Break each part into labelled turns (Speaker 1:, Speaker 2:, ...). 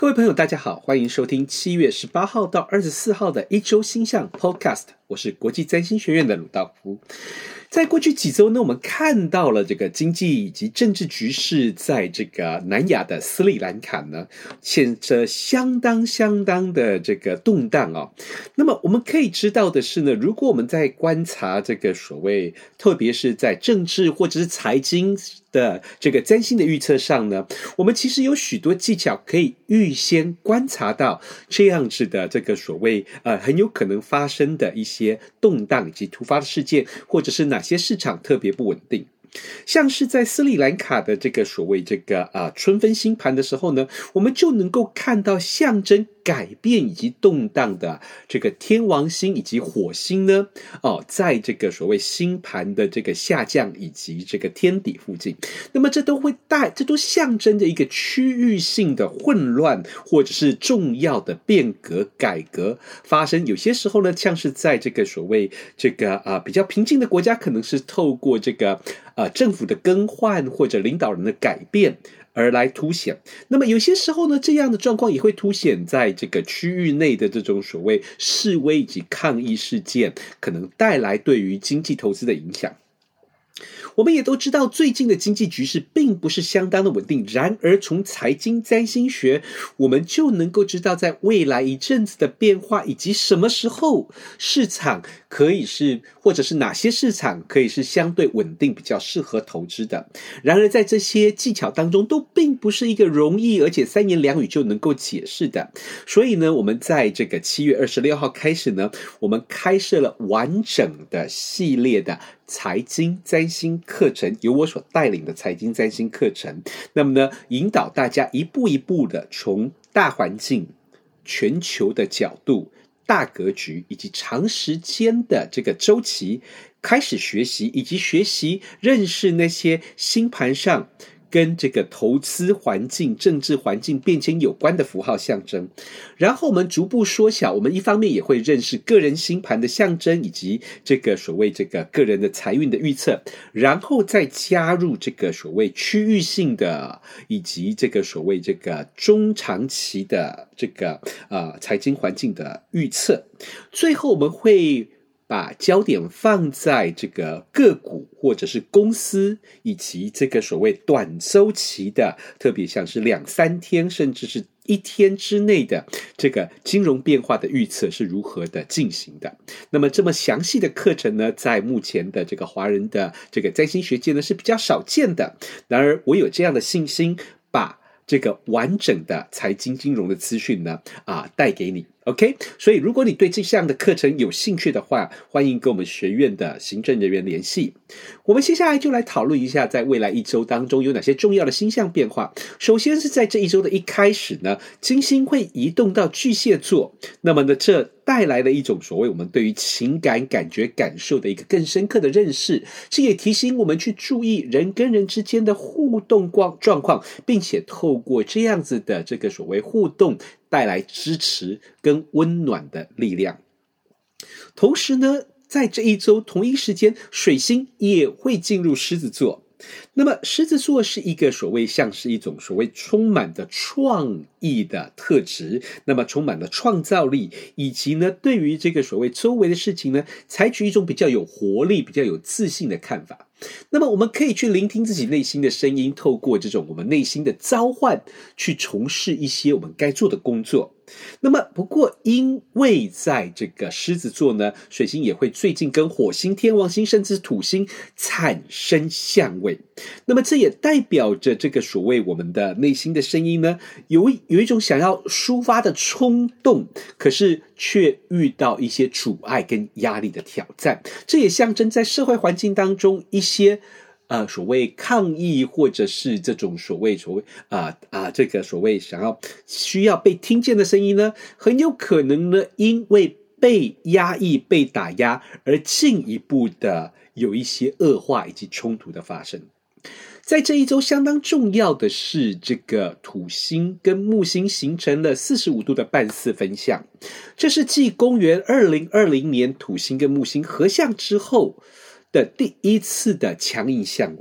Speaker 1: 各位朋友大家好，欢迎收听7月18号到24号的一周星象 Podcast， 我是国际占星学院的鲁道夫。在过去几周呢，我们看到了这个经济以及政治局势在这个南亚的斯里兰卡呢，显着相当的这个动荡哦。那么我们可以知道的是呢，如果我们在观察这个所谓，特别是在政治或者是财经的这个占星的预测上呢，我们其实有许多技巧可以预先观察到这样子的这个所谓很有可能发生的一些动荡以及突发的事件，或者是哪些市场特别不稳定。像是在斯里兰卡的这个所谓这个春分星盘的时候呢，我们就能够看到象征改变以及动荡的这个天王星以及火星呢，在这个所谓星盘的这个下降以及这个天底附近，那么这都象征着一个区域性的混乱或者是重要的变革改革发生。有些时候呢，像是在这个所谓这个比较平静的国家，可能是透过这个政府的更换或者领导人的改变而来凸显。那么有些时候呢，这样的状况也会凸显在这个区域内的这种所谓示威以及抗议事件可能带来对于经济投资的影响。我们也都知道最近的经济局势并不是相当的稳定，然而从财经占星学我们就能够知道在未来一阵子的变化，以及什么时候市场可以是，或者是哪些市场可以是相对稳定比较适合投资的。然而在这些技巧当中都并不是一个容易而且三言两语就能够解释的。所以呢，我们在这个7月26号开始呢，我们开设了完整的系列的财经占星课程，由我所带领的财经占星课程，那么呢，引导大家一步一步的从大环境、全球的角度、大格局以及长时间的这个周期开始学习，以及学习认识那些星盘上跟这个投资环境、政治环境变迁有关的符号象征。然后我们逐步缩小，我们一方面也会认识个人星盘的象征，以及这个所谓这个个人的财运的预测，然后再加入这个所谓区域性的以及这个所谓这个中长期的这个财经环境的预测。最后我们会把焦点放在这个个股或者是公司，以及这个所谓短周期的，特别像是2-3天甚至是1天之内的这个金融变化的预测是如何的进行的。那么这么详细的课程呢，在目前的这个华人的这个占星学界呢是比较少见的。然而我有这样的信心，把这个完整的财经金融的资讯呢带给你。OK， 所以如果你对这项的课程有兴趣的话，欢迎跟我们学院的行政人员联系。我们接下来就来讨论一下在未来一周当中有哪些重要的星象变化。首先是在这一周的一开始呢，金星会移动到巨蟹座，那么呢，这带来了一种所谓我们对于情感感觉感受的一个更深刻的认识，这也提醒我们去注意人跟人之间的互动状况，并且透过这样子的这个所谓互动带来支持跟温暖的力量。同时呢，在这一周同一时间，水星也会进入狮子座。那么狮子座是一个所谓像是一种所谓充满的创意的特质，那么充满了创造力，以及呢对于这个所谓周围的事情呢，采取一种比较有活力、比较有自信的看法。那么我们可以去聆听自己内心的声音，透过这种我们内心的召唤，去从事一些我们该做的工作。那么不过因为在这个狮子座呢，水星也会最近跟火星、天王星甚至土星产生相位，那么这也代表着这个所谓我们的内心的声音呢，有一种想要抒发的冲动，可是却遇到一些阻碍跟压力的挑战。这也象征在社会环境当中一些所谓抗议，或者是这种所谓这个所谓需要被听见的声音呢，很有可能呢因为被压抑、被打压而进一步的有一些恶化以及冲突的发生。在这一周相当重要的是，这个土星跟木星形成了45度的半四分相，这是继公元2020年土星跟木星合相之后的第一次的强硬相位。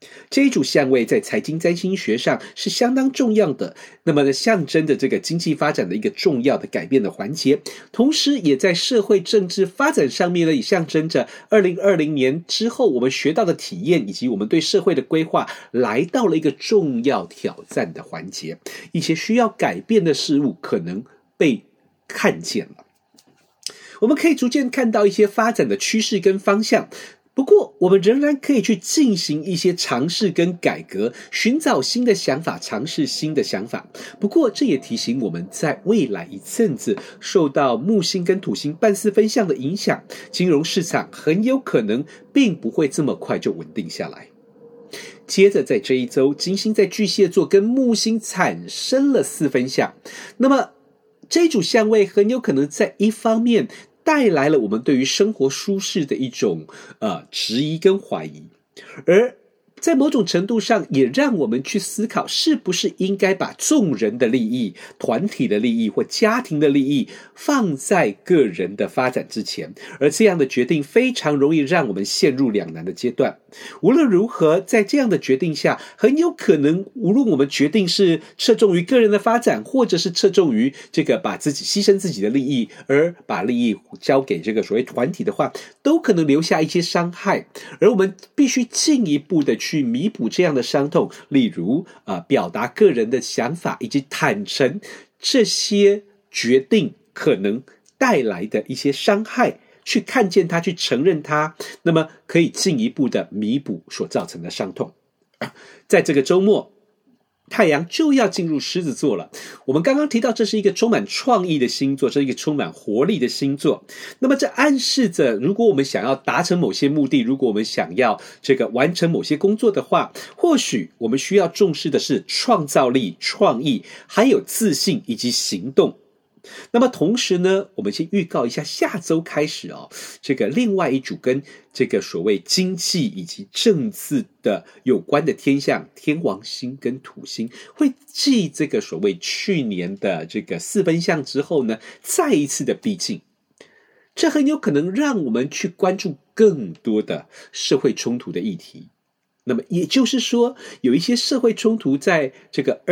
Speaker 1: 这一组相位在财经占星学上是相当重要的，那么象征着这个经济发展的一个重要的改变的环节，同时也在社会政治发展上面呢，也象征着2020年之后我们学到的体验以及我们对社会的规划来到了一个重要挑战的环节，一些需要改变的事物可能被看见了。我们可以逐渐看到一些发展的趋势跟方向，不过我们仍然可以去进行一些尝试跟改革，寻找新的想法，尝试新的想法。不过这也提醒我们，在未来一阵子受到木星跟土星半四分相的影响，金融市场很有可能并不会这么快就稳定下来。接着在这一周，金星在巨蟹座跟木星产生了四分相，那么这一组相位很有可能在一方面带来了我们对于生活舒适的一种质疑跟怀疑，而在某种程度上也让我们去思考，是不是应该把众人的利益、团体的利益或家庭的利益放在个人的发展之前，而这样的决定非常容易让我们陷入两难的阶段。无论如何，在这样的决定下，很有可能无论我们决定是侧重于个人的发展，或者是侧重于这个把自己牺牲自己的利益，而把利益交给这个所谓团体的话，都可能留下一些伤害，而我们必须进一步的去弥补这样的伤痛，例如表达个人的想法，以及坦诚这些决定可能带来的一些伤害，去看见它，去承认它，那么可以进一步的弥补所造成的伤痛。在这个周末，太阳就要进入狮子座了。我们刚刚提到这是一个充满创意的星座，这是一个充满活力的星座，那么这暗示着如果我们想要达成某些目的，如果我们想要这个完成某些工作的话，或许我们需要重视的是创造力、创意，还有自信以及行动。那么同时呢，我们先预告一下下周开始这个另外一组跟这个所谓经济以及政治的有关的天象，天王星跟土星会继这个所谓去年的这个四分相之后呢，再一次的逼近。这很有可能让我们去关注更多的社会冲突的议题。那么也就是说，有一些社会冲突在这个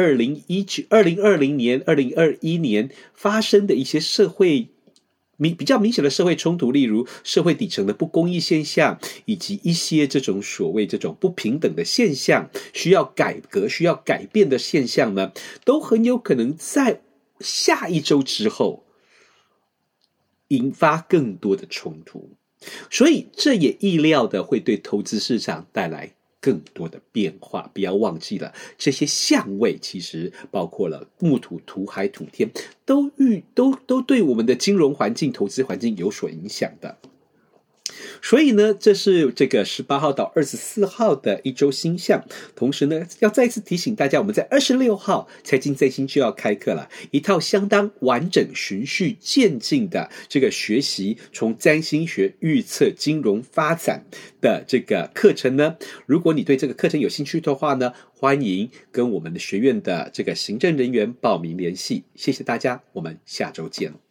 Speaker 1: 2020年、2021年发生的一些社会比较明显的社会冲突，例如社会底层的不公义现象，以及一些这种所谓这种不平等的现象，需要改革、需要改变的现象呢，都很有可能在下一周之后引发更多的冲突。所以这也意料的会对投资市场带来更多的变化。不要忘记了，这些相位其实包括了木土、土海、土天，都对我们的金融环境、投资环境有所影响的。所以呢，这是这个18号到24号的一周星象。同时呢，要再次提醒大家，我们在26号财经占星就要开课了，一套相当完整、循序渐进的这个学习从占星学预测金融发展的这个课程呢。如果你对这个课程有兴趣的话呢，欢迎跟我们的学院的这个行政人员报名联系。谢谢大家，我们下周见。